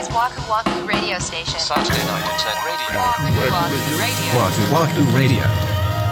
Waku Waku Radio Station. Saturday night at 10 radio. Waku Waku Radio. Wahoo Radio.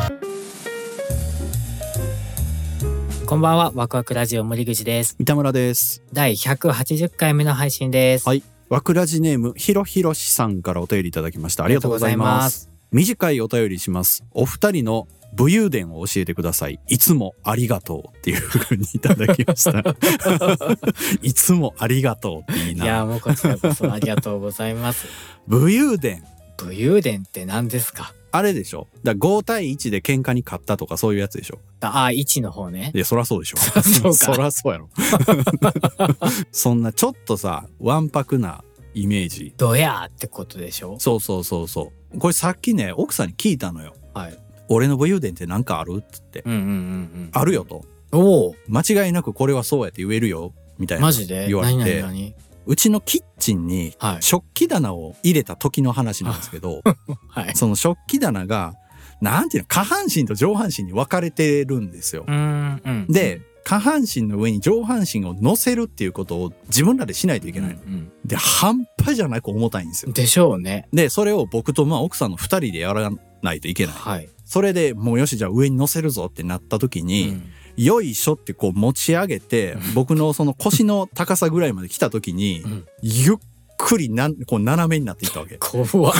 こんばんは、ワクワクラジオ森口です。 三田村です。 第180回目の配信です。 はい。ワクラジネームひろひろしさんからお便りいただきました。ありがとうございます。短いお便りします。お二人の武勇伝を教えてください。いつもありがとうっていう風にいただきました。いつもありがとうっていいな。 いや、もうこちらこそありがとうございます。 武勇伝。 武勇伝って何ですか？ あれでしょ。だから5対1で喧嘩に勝ったとかそういうやつでしょ。 1の方ね。 いや、そらそうでしょ。 そうか。 そらそうやろ。そんなちょっとさ、わんぱくなイメージ。 ドヤーってことでしょ？ そうそうそうそう。これさっきね、奥さんに聞いたのよ。 はい。 俺の武勇伝ってなんかあるって言って。あるよと。 おお。 間違いなくこれはそうやって言えるよ。みたいな。 マジで？ 言われて。 何うちのキッチンに食器棚を入れた時の話なんですけど、 はい、 その食器棚が、なんていうの、下半身と上半身に分かれてるんですよ。で、下半身の上に上半身を乗せるっていうことを自分らでしないといけない。で、半端じゃなく重たいんですよ。 でしょうね。 で、それを僕と奥さんの2人でやらないといけない。はい、それでもうよし、じゃあ上に乗せるぞってなった時に、よいしょってこう持ち上げて、僕のその腰の高さぐらいまで来た時に、ゆっくりこう斜めになっていったわけ。 怖っ。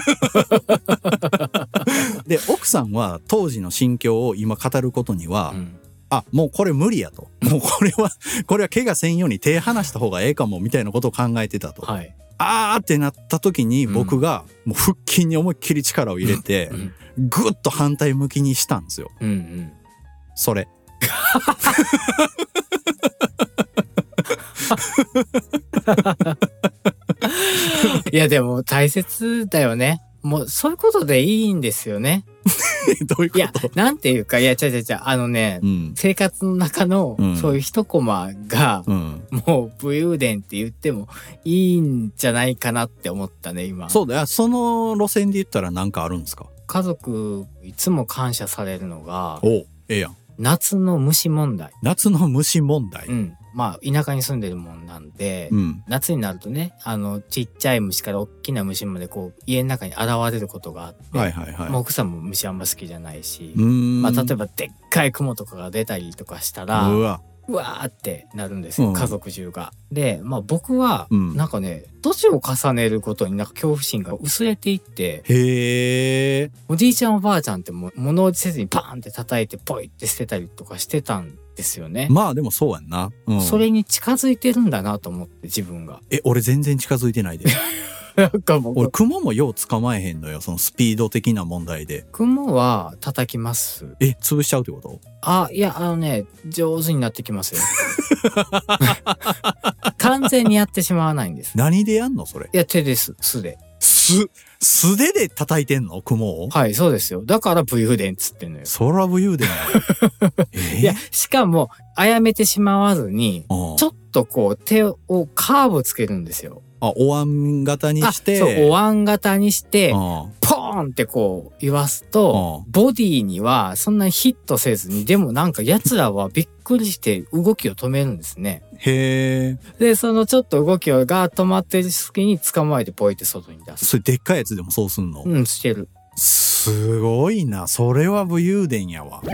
で、奥さんは当時の心境を今語ることには、もうこれ無理やと。もうこれは怪我せんように手離した方がええかもみたいなことを考えてたと。はい、ってなった時に僕がもう腹筋に思いっきり力を入れて、ぐっと反対向きにしたんですよ。それ。 いやでも大切だよね。もうそういうことでいいんですよね。 どういうこと？ いや、なんていうか、いや、違う、生活の中のそういう一コマが、もう武勇伝って言ってもいいんじゃないかなって思ったね、今。 そうだよ。その路線で言ったら何かあるんですか？ 家族、いつも感謝されるのが、 ええやん。 夏の虫問題。 夏の虫問題。 まあ、田舎に住んでるもんなんで、夏になるとね、ちっちゃい虫から大きな虫までこう、家の中に現れることがあって、まあ、奥さんも虫あんま好きじゃないし、まあ、例えばでっかい雲とかが出たりとかしたら、うわーってなるんですよ、家族中が。で、まあ僕は、なんかね、年を重ねることになんか恐怖心が薄れていって、 へー。 おじいちゃんおばあちゃんってもう物落ちせずにパーンって叩いてポイって捨てたりとかしてたんですよね。 まあでもそうやんな。 それに近づいてるんだなと思って自分が。 俺全然近づいてないで。なんか俺雲もよう捕まえへんのよ、そのスピード的な問題で。 雲は叩きます。 潰しちゃうってこと？ いや上手になってきますよ。完全にやってしまわないんです。 何でやんのそれ？ いや、手です。素で。 素手で叩いてんの？雲を？ はい、そうですよ。だから武勇伝っつってんのよ。 そら武勇伝いや、しかも、殺めてしまわずに、ちょっとこう、手をカーブつけるんですよ。 お椀型にして。 そう、お椀型にして、ポーンってこう言わすと、ボディにはそんなにヒットせずに、でもなんか奴らはびっくりして動きを止めるんですね。 へー。 で、そのちょっと動きが止まってる隙に捕まえてポイって外に出す。 それでっかいやつでもそうすんの？ してる。 すごいな。それは武勇伝やわ。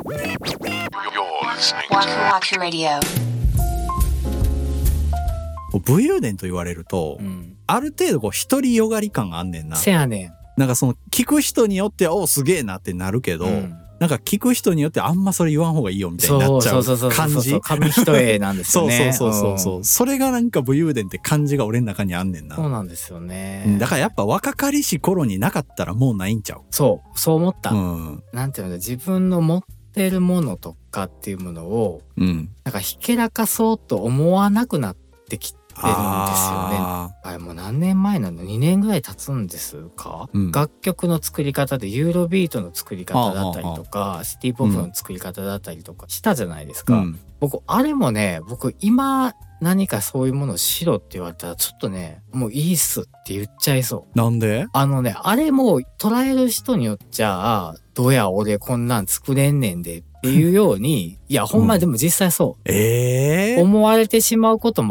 武勇伝と言われると、ある程度こう独りよがり感があんねんな。 せやねん。 なんかその聞く人によってはすげえなってなるけど、なんか聞く人によってあんまそれ言わん方がいいよみたいになっちゃう感じ。 紙一重なんですよね。 そう。それがなんか武勇伝って感じが俺の中にあんねんな。 そうなんですよね。 だからやっぱ若かりし頃になかったらもうないんちゃう？ そう思った。なんていうの、自分の持ってるものとかっていうものを、なんかひけらかそうと思わなくなってきてるんですよね。あれもう何年前なの？2年ぐらい経つんですか？楽曲の作り方でユーロビートの作り方だったりとか、シティポップの作り方だったりとかしたじゃないですか。あれもね、今何かそういうものをしろって言われたらちょっとね、もういいっすって言っちゃいそう。 なんで？ あれもう捉える人によっちゃ、どうや俺こんなん作れんねんでっていうように、いやほんまでも実際そう。思われてしまうこともあ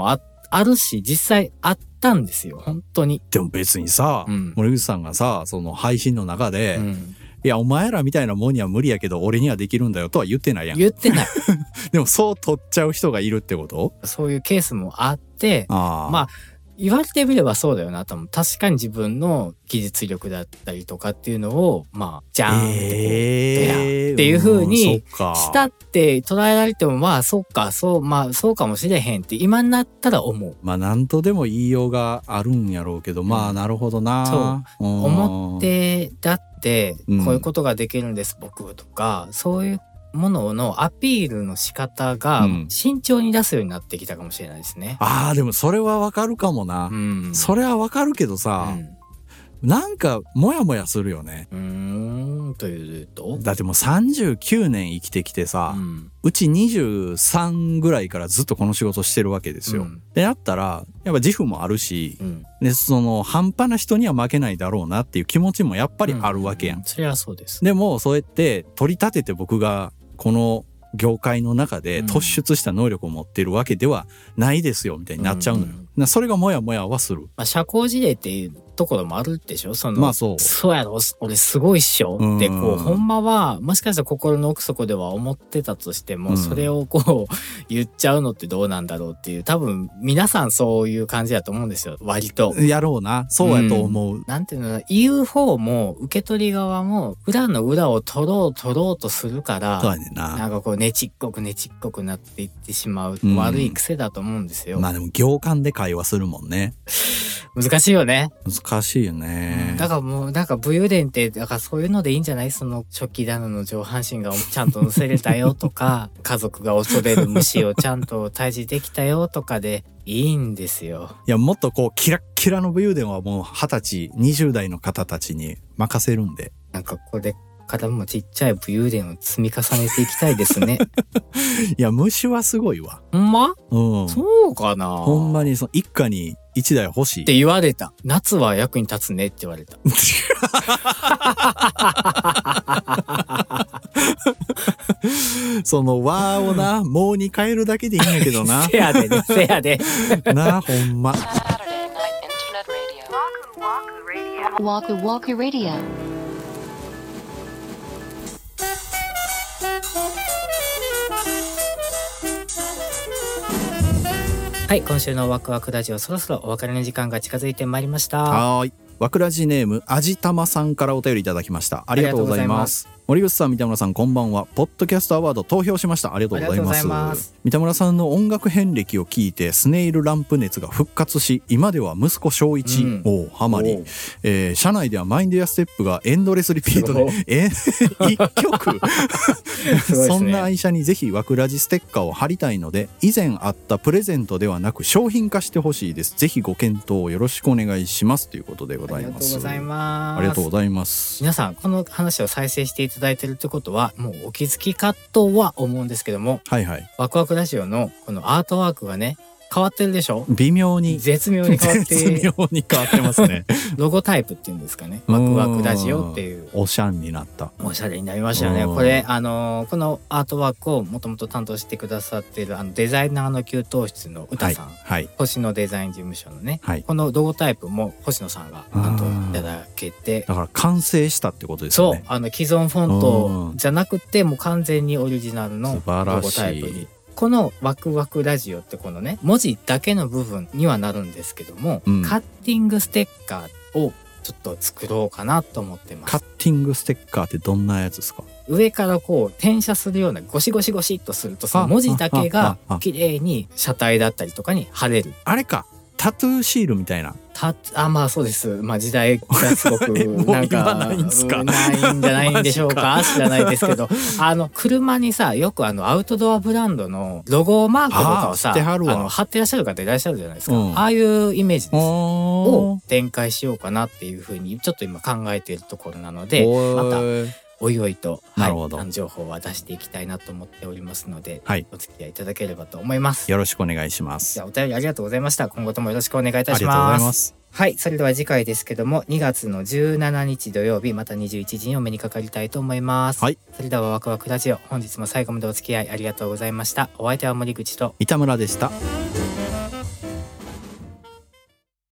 あるし、実際あったんですよ、本当に。 でも別にさ、森口さんがさ、その配信の中で、いや、お前らみたいなもんには無理やけど、俺にはできるんだよとは言ってないやん。 言ってない。 でもそう取っちゃう人がいるってこと？ そういうケースもあって、まあ、言われてみればそうだよなと思う。確かに自分の技術力だったりとかっていうのを、まあ、じゃーんっていう風にしたって捉えられても、まあ、そうかもしれへんって今になったら思う。 まあ、なんとでも言いようがあるんやろうけど、まあ、なるほどな。 そう。思って、だって、こういうことができるんです、僕とか、そういうもののアピールの仕方が慎重に出すようになってきたかもしれないですね。 でもそれはわかるかもな。それはわかるけどさ、なんかモヤモヤするよね。 というと？ だってもう39年生きてきてさ、うち23ぐらいからずっとこの仕事してるわけですよ。でやったらやっぱ自負もあるし、でその半端な人には負けないだろうなっていう気持ちもやっぱりあるわけやん。 それはそうです。 でもそうやって取り立てて僕がこの業界の中で突出した能力を持っているわけではないですよみたいになっちゃうのよ。それがモヤモヤはする。 社交辞令っていうところもあるでしょ。まあそうやろ、俺すごいっしょってこうほんまはもしかしたら心の奥底では思ってたとしても、それをこう言っちゃうのってどうなんだろうっていう、多分皆さんそういう感じだと思うんですよ、割と。 やろうな、そうやと思う。 なんていうの、言う方も受け取り側も裏の裏を取ろうとするから、 そうやねんな。 なんかこうねちっこくなっていってしまう悪い癖だと思うんですよ。 まあでも行間で会話するもんね。 難しいよね。 難しいよね。 だからもう、なんか武勇伝って、だからそういうのでいいんじゃない？その食器棚の上半身がちゃんと乗せれたよとか、家族が恐れる虫をちゃんと退治できたよとかでいいんですよ。 いや、もっとこう、キラッキラの武勇伝はもう20歳、20代の方たちに任せるんで。 なんかこれからもちっちゃい武勇伝を積み重ねていきたいですね。 いや、虫はすごいわ。 ほんま？そうかな。 ほんまにその一家に1台欲しい。 って言われた。夏は役に立つねって言われた。 その和をな、もうに変えるだけでいいんやけどな。 せやでね、せやで。 な、ほんま。 Waku Waku Radio。 はい、今週のワクワクラジオ、そろそろお別れの時間が近づいてまいりました。 はい。ワクラジネームあじたまさんからお便りいただきました。ありがとうございます。森口さん、三田村さん、こんばんは。ポッドキャストアワード投票しました。ありがとうございます。三田村さんの音楽遍歴を聞いてスネイルランプ熱が復活し、今では息子小一をハマり、社内ではマインドやステップがエンドレスリピートで一曲そんな愛車にぜひワクラジステッカーを貼りたいので、以前あったプレゼントではなく商品化してほしいです。ぜひご検討をよろしくお願いしますということでございます。 ありがとうございます。 ありがとうございます。 皆さん、この話を再生していただいてるってことはもうお気づきかとは思うんですけども、 はいはい、 ワクワクラジオのこのアートワークがね変わってるでしょ。 微妙に絶妙に変わって絶妙に変わってますね。 ロゴタイプっていうんですかね、ワクワクラジオっていうおしゃんになった。 おしゃれになりましたよね。これこのアートワークをもともと担当してくださっているデザイナーの給湯室の歌さん、はい、星野デザイン事務所のね、はい、このロゴタイプも星野さんが担当いただけて、 だから完成したってことですよね。 そう、既存フォントじゃなくてもう完全にオリジナルのロゴタイプに。このワクワクラジオってこのね文字だけの部分にはなるんですけども、カッティングステッカーをちょっと作ろうかなと思ってます。 カッティングステッカーってどんなやつですか？ 上からこう転写するようなゴシゴシゴシっとするとその文字だけが綺麗に車体だったりとかに貼れる。 あれか、タトゥーシールみたいな。 まあそうです。まあ時代がすごくなんかないんじゃないんでしょうか。知らないですけど、車にさよくアウトドアブランドのロゴマークとかをさ貼ってらっしゃる方いらっしゃるじゃないですか。ああいうイメージですを展開しようかなっていうふうにちょっと今考えているところなので、またおいおいと、情報は出していきたいなと思っておりますので、お付き合いいただければと思います。 よろしくお願いします。 じゃあお便りありがとうございました。今後ともよろしくお願いいたします。 ありがとうございます。 はい、それでは次回ですけども2月の17日土曜日また21時にお目にかかりたいと思います。はい、それではワクワクラジオ、本日も最後までお付き合いありがとうございました。お相手は森口と三田村でした。